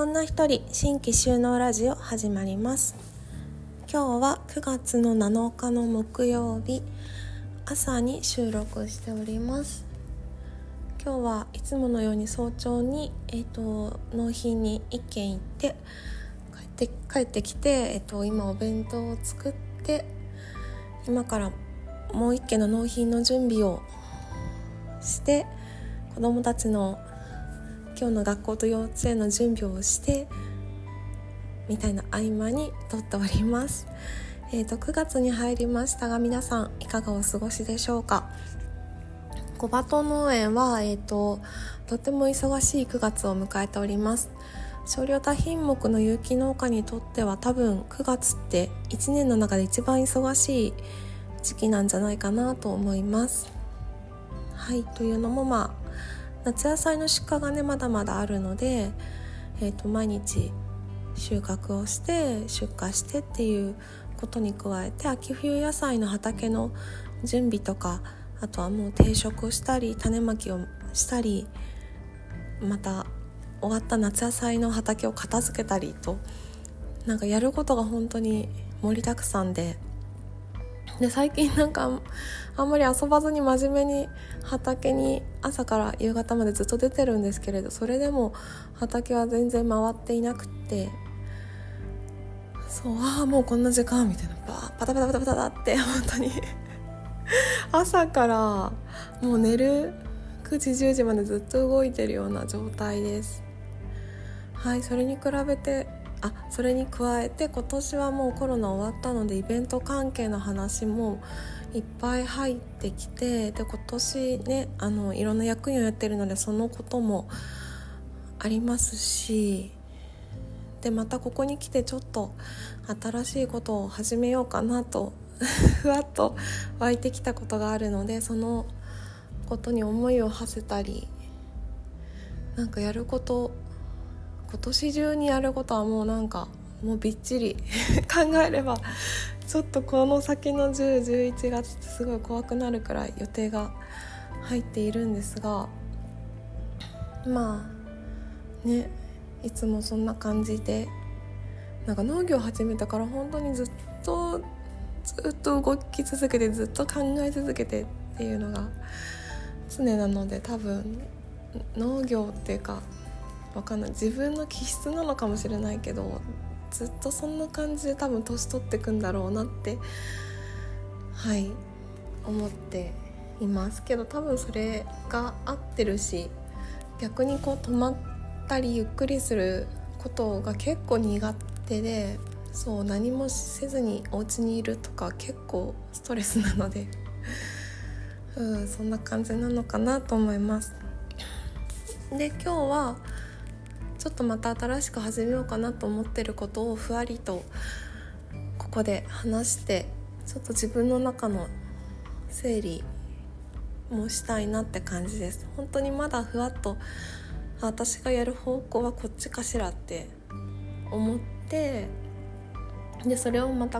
女一人新規収納ラジオ始まります。今日は9月の7日の木曜日朝に収録しております。今日はいつものように早朝に、納品に1軒行って帰ってきて、今お弁当を作って今からもう1軒の納品の準備をして子どもたちの今日の学校と幼稚園の準備をしてみたいな合間に撮っております。9月に入りましたが皆さんいかがお過ごしでしょうか。小鳩農園は、とても忙しい9月を迎えております。少量多品目の有機農家にとっては多分9月って1年の中で一番忙しい時期なんじゃないかなと思います。はい、というのも夏野菜の出荷がねまだまだあるので、毎日収穫をして出荷してっていうことに加えて秋冬野菜の畑の準備とか、あとはもう定食をしたり種まきをしたり、また終わった夏野菜の畑を片付けたりと、なんかやることが本当に盛りだくさんで最近あんまり遊ばずに真面目に畑に朝から夕方までずっと出てるんですけれど、それでも畑は全然回っていなくて、もうこんな時間みたいな、パタパタパタパタって本当に朝からもう寝る9時10時までずっと動いてるような状態です。はい、それに加えて今年はもうコロナ終わったのでイベント関係の話もいっぱい入ってきて、で今年ねいろんな役員をやってるのでそのこともありますし、でまたここに来てちょっと新しいことを始めようかなとふわっと湧いてきたことがあるので、そのことに思いを馳せたり、やること今年中にやることはもうびっちり考えればちょっとこの先の10、11月ってすごい怖くなるくらい予定が入っているんですが、いつもそんな感じで農業を始めたから本当にずっと動き続けてずっと考え続けてっていうのが常なので、多分農業っていうかわかんない、自分の気質なのかもしれないけどずっとそんな感じで多分年取ってくんだろうなって思っていますけど、多分それが合ってるし、逆に止まったりゆっくりすることが結構苦手で、何もせずにお家にいるとか結構ストレスなのでそんな感じなのかなと思います。で今日はちょっとまた新しく始めようかなと思ってることをふわりとここで話して、ちょっと自分の中の整理もしたいなって感じです。本当にまだふわっと私がやる方向はこっちかしらって思って、でそれをまた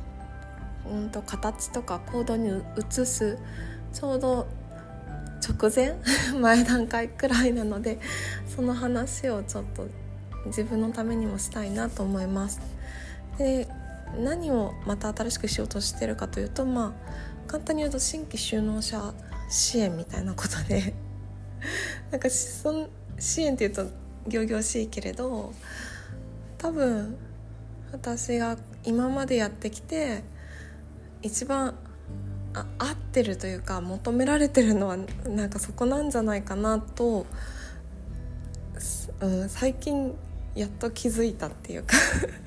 形とか行動に移すちょうど直前前段階くらいなので、その話をちょっと自分のためにもしたいなと思います。で何をまた新しくしようとしてるかというと、簡単に言うと新規就農者支援みたいなことで支援っていうと仰々しいけれど、多分私が今までやってきて一番合ってるというか求められてるのはそこなんじゃないかなと、最近やっと気づいたっていうか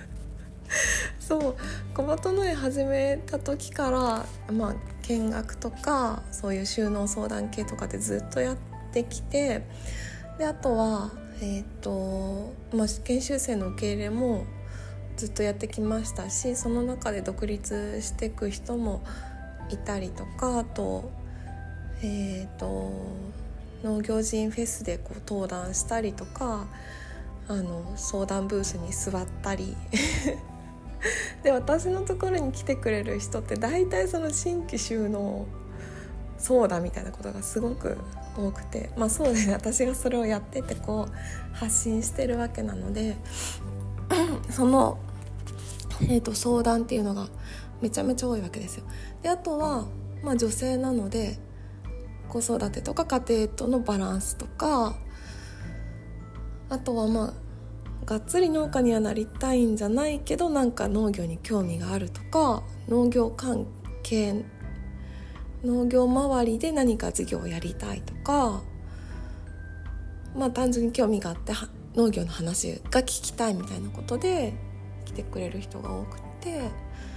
小鳩農園始めた時から、見学とかそういう収納相談系とかでずっとやってきて、であとは研修生の受け入れもずっとやってきましたし、その中で独立していく人もいたりとか、あと農業人フェスで登壇したりとか、相談ブースに座ったりで私のところに来てくれる人って大体その新規就農そうだみたいなことがすごく多くて、そうでね、私がそれをやっててこう発信してるわけなのでその、相談っていうのがめちゃめちゃ多いわけですよ。であとは、女性なので子育てとか家庭とのバランスとか、あとはがっつり農家にはなりたいんじゃないけどなんか農業に興味があるとか、農業関係、農業周りで何か事業をやりたいとか、単純に興味があって農業の話が聞きたいみたいなことで来てくれる人が多くて、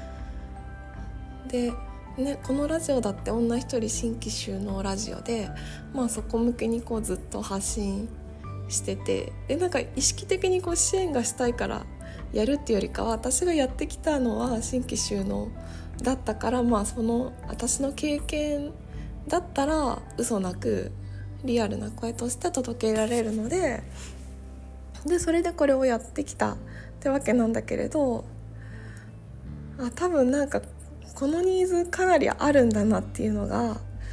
でね、このラジオだって女一人新規収納ラジオで、そこ向けにこうずっと発信してて、でなんか意識的にこう支援がしたいからやるっていうよりかは、私がやってきたのは新規収納だったから、その私の経験だったら嘘なくリアルな声として届けられるので、それでこれをやってきたってわけなんだけれど、多分なんかこのニーズかなりあるんだなっていうのが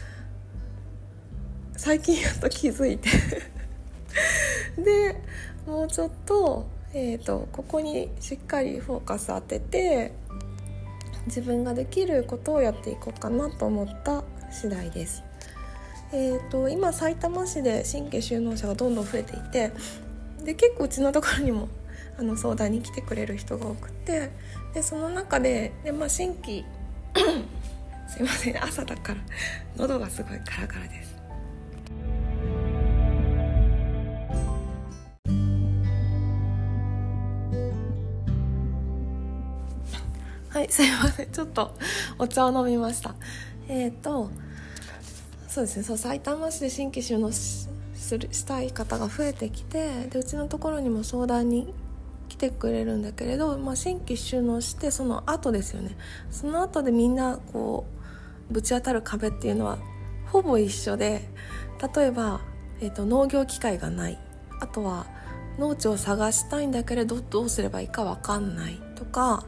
最近やっと気づいてでもうちょっと、ここにしっかりフォーカス当てて自分ができることをやっていこうかなと思った次第です。今埼玉市で新規就農者がどんどん増えていて、で結構うちのところにも相談に来てくれる人が多くて、でその中で、新規すいません、朝だから喉がすごいカラカラです。はい、すいません、ちょっとお茶を飲みました。そうですね、埼玉市で新規就農したい方が増えてきて、でうちのところにも相談に来てくれるんだけれど、新規就農してその後ですよね。その後でみんなこうぶち当たる壁っていうのはほぼ一緒で、例えば、農業機会がない、あとは農地を探したいんだけれどどうすればいいか分かんないとか、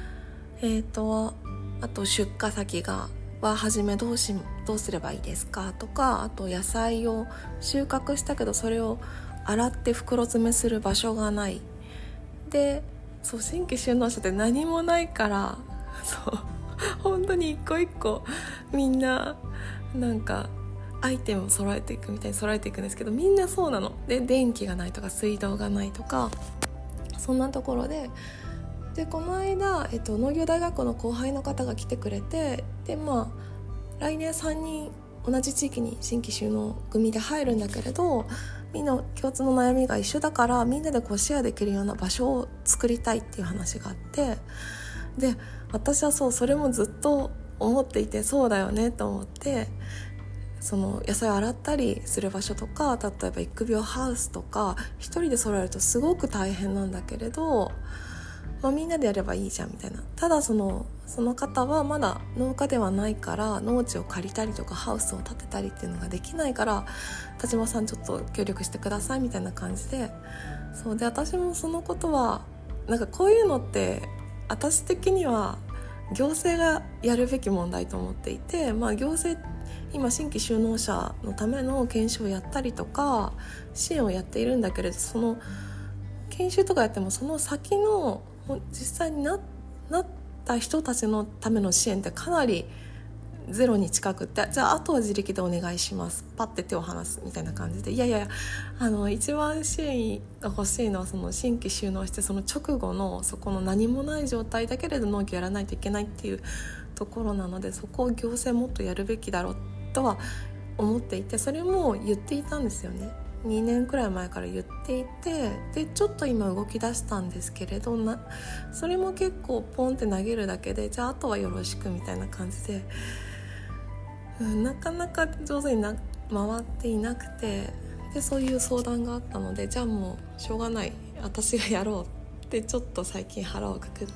あと出荷先はじめどうすればいいですかとか、あと野菜を収穫したけどそれを洗って袋詰めする場所がないで、新規就農者って何もないから本当に一個一個みんななんかアイテムを揃えていくみたいに揃えていくんですけど、みんなそうなので、電気がないとか水道がないとか、そんなところでこの間、農業大学の後輩の方が来てくれて、で来年3人同じ地域に新規就農組で入るんだけれど、みんな共通の悩みが一緒だからみんなでこうシェアできるような場所を作りたいっていう話があって、で私はそれもずっと思っていて、そうだよねと思って、その野菜を洗ったりする場所とか、例えば育苗ハウスとか一人で揃えるとすごく大変なんだけれど、みんなでやればいいじゃんみたいな。ただその方はまだ農家ではないから農地を借りたりとかハウスを建てたりっていうのができないから、田島さんちょっと協力してくださいみたいな感じで、そうで私もそのことはなんかこういうのって私的には行政がやるべき問題と思っていて、行政今新規就農者のための研修をやったりとか支援をやっているんだけれど、その研修とかやってもその先の実際になった人たちのための支援ってかなりゼロに近くって、じゃああとは自力でお願いします、パッて手を離すみたいな感じで、いや一番支援が欲しいのはその新規就農してその直後のそこの何もない状態だけれど農業やらないといけないっていうところなので、そこを行政もっとやるべきだろうとは思っていて、それも言っていたんですよね。2年くらい前から言っていて、でちょっと今動き出したんですけれど、それも結構ポンって投げるだけで、じゃああとはよろしくみたいな感じで、なかなか上手に回っていなくて、でそういう相談があったので、じゃあもうしょうがない、私がやろうってちょっと最近腹をくくって、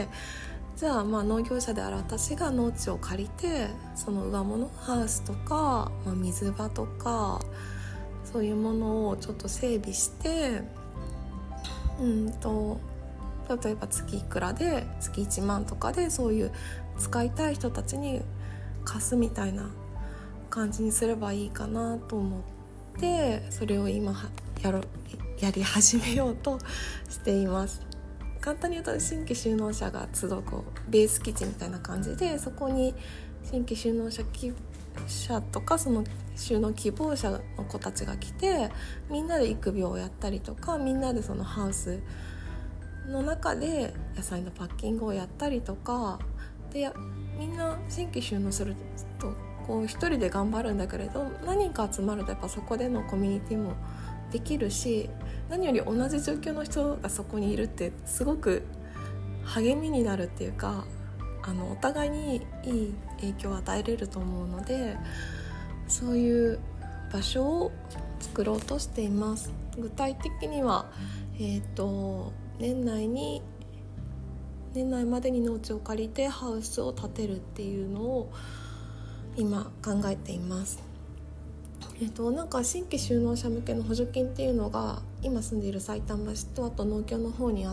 じゃあ農業者である私が農地を借りて、その上物ハウスとか、水場とかそういうものをちょっと整備して、例えば月いくらで月1万とかでそういう使いたい人たちに貸すみたいな感じにすればいいかなと思って、それを今やり始めようとしています。簡単に言うと新規就農者が集うベース基地みたいな感じで、そこに新規就農者とかその就農希望者の子たちが来て、みんなで育苗をやったりとか、みんなでそのハウスの中で野菜のパッキングをやったりとかで、みんな新規就農すると一人で頑張るんだけれど、何人か集まるとやっぱそこでのコミュニティもできるし、何より同じ状況の人がそこにいるってすごく励みになるっていうか、お互いにいい影響を与えれると思うので、そういう場所を作ろうとしています。具体的には、年内までに農地を借りてハウスを建てるっていうのを今考えています。なんか新規就農者向けの補助金っていうのが今住んでいる埼玉市とあと農協の方にあって、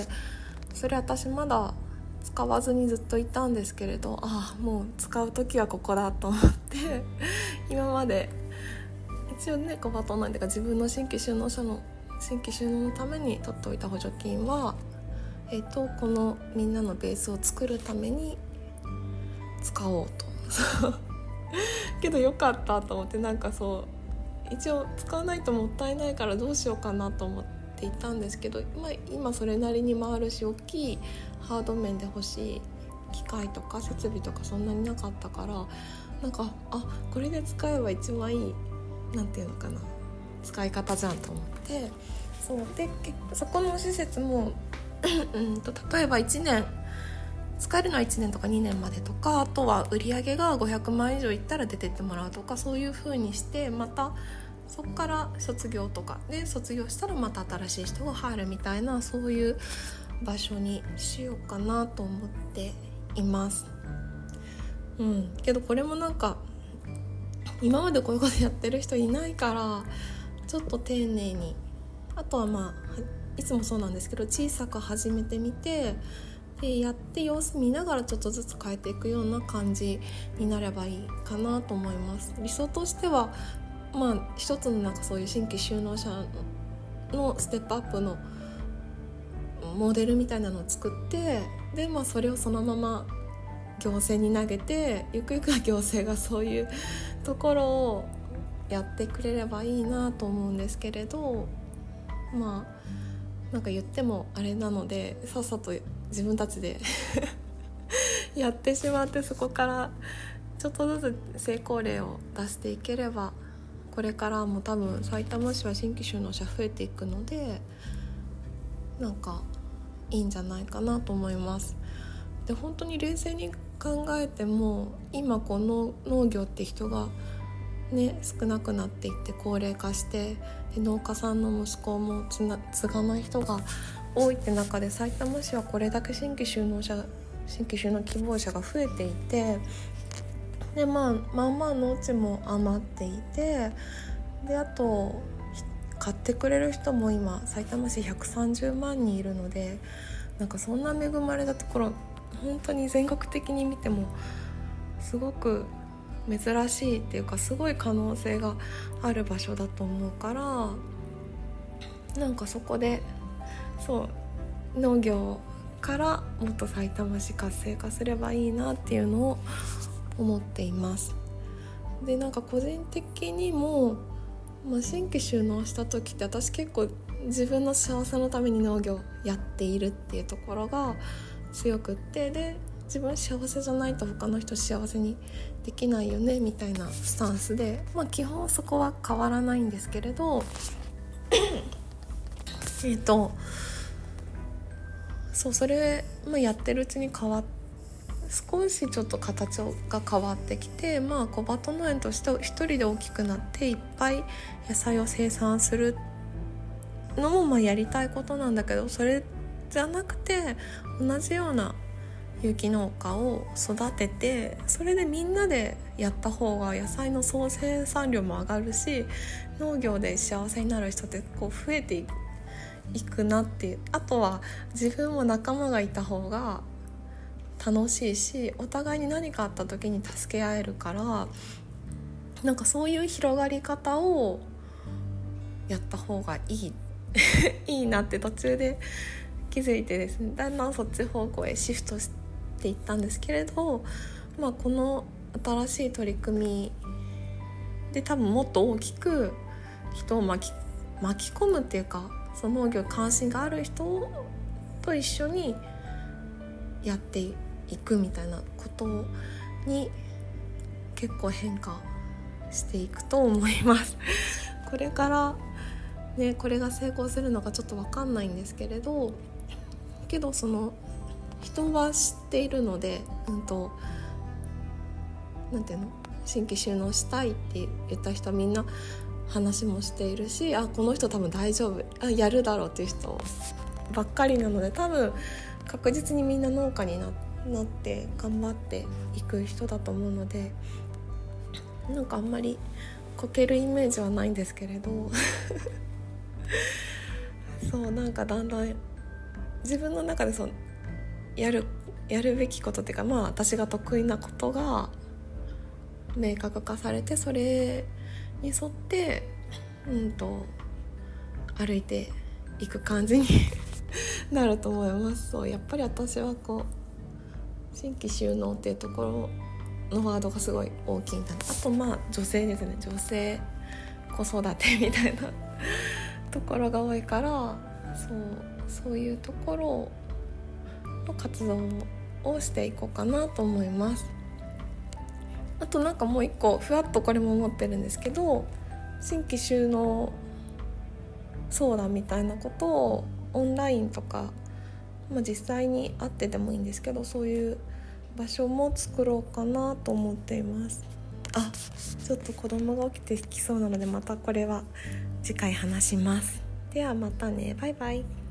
それ私まだ使わずにずっといたんですけれど、もう使う時はここだと思って今まで一応ね、バトンなんていうか自分の新規就農のために取っておいた補助金は、このみんなのベースを作るために使おうとけどよかったと思って、なんか一応使わないともったいないからどうしようかなと思っていたんですけど、今それなりに回るし、大きいハード面で欲しい機械とか設備とかそんなになかったから、なんかこれで使えば一番いいなんていうのかな、使い方じゃんと思って、でそこの施設も例えば1年使えるのは1年とか2年までとか、あとは売り上げが500万以上いったら出てってもらうとか、そういう風にして、またそこから卒業とかで、卒業したらまた新しい人が入るみたいな、そういう場所にしようかなと思っています。けどこれもなんか今までこういうことやってる人いないから、ちょっと丁寧に、あとはいつもそうなんですけど、小さく始めてみて、でやって様子見ながらちょっとずつ変えていくような感じになればいいかなと思います。理想としては一つのなんかそういう新規就農者のステップアップのモデルみたいなのを作って、でそれをそのまま行政に投げて、ゆくゆくは行政がそういうところをやってくれればいいなと思うんですけれど、なんか言ってもあれなので、さっさと自分たちでやってしまって、そこからちょっとずつ成功例を出していければ、これからも多分埼玉市は新規就農者増えていくので、なんかいいんじゃないかなと思います。で本当に冷静に考えても、今農業って人がね少なくなっていって高齢化して、で農家さんの息子も継がない人が多いって中で、埼玉市はこれだけ新規就農希望者が増えていて、で農地も余っていて、であと買ってくれる人も今埼玉市130万人いるので、なんかそんな恵まれたところ、本当に全国的に見てもすごく珍しいっていうか、すごい可能性がある場所だと思うから、なんかそこで農業からもっと埼玉市活性化すればいいなっていうのを思っています。でなんか個人的にも、新規就農した時って私結構自分の幸せのために農業やっているっていうところが強くって、で自分幸せじゃないと他の人幸せにできないよねみたいなスタンスで、基本そこは変わらないんですけれどそれ、やってるうちに少しちょっと形が変わってきて、小鳩農園として一人で大きくなっていっぱい野菜を生産するのもやりたいことなんだけど、それじゃなくて同じような有機農家を育てて、それでみんなでやった方が野菜の総生産量も上がるし、農業で幸せになる人って増えていくなっていう。あとは自分も仲間がいた方が楽しいし、お互いに何かあった時に助け合えるから、 なんかそういう広がり方をやった方がいいいいなって途中で気づいてですね、だんだんそっち方向へシフトしていったんですけれど、この新しい取り組みで多分もっと大きく人を巻き込むっていうか、その農業関心がある人と一緒にやっていくみたいなことに結構変化していくと思いますこれからね、これが成功するのかちょっと分かんないんですけれど、けどその人は知っているので、なんていうの、新規収納したいって言った人はみんな話もしているし、この人多分大丈夫、やるだろうっていう人ばっかりなので、多分確実にみんな農家になって頑張っていく人だと思うので、なんかあんまりこけるイメージはないんですけれどそうなんかだんだん自分の中でやるべきことっていうか、私が得意なことが明確化されて、それに沿って歩いていく感じになると思います。そうやっぱり私は新規収納っていうところのワードがすごい大きいんだな。あと女性ですね、女性子育てみたいなところが多いから、そういうところの活動をしていこうかなと思います。あとなんかもう一個ふわっとこれも思ってるんですけど、新規収納相談みたいなことをオンラインとか、実際に会ってでもいいんですけど、そういう場所も作ろうかなと思っています。ちょっと子供が起きてきそうなので、またこれは次回話します。ではまたね、バイバイ。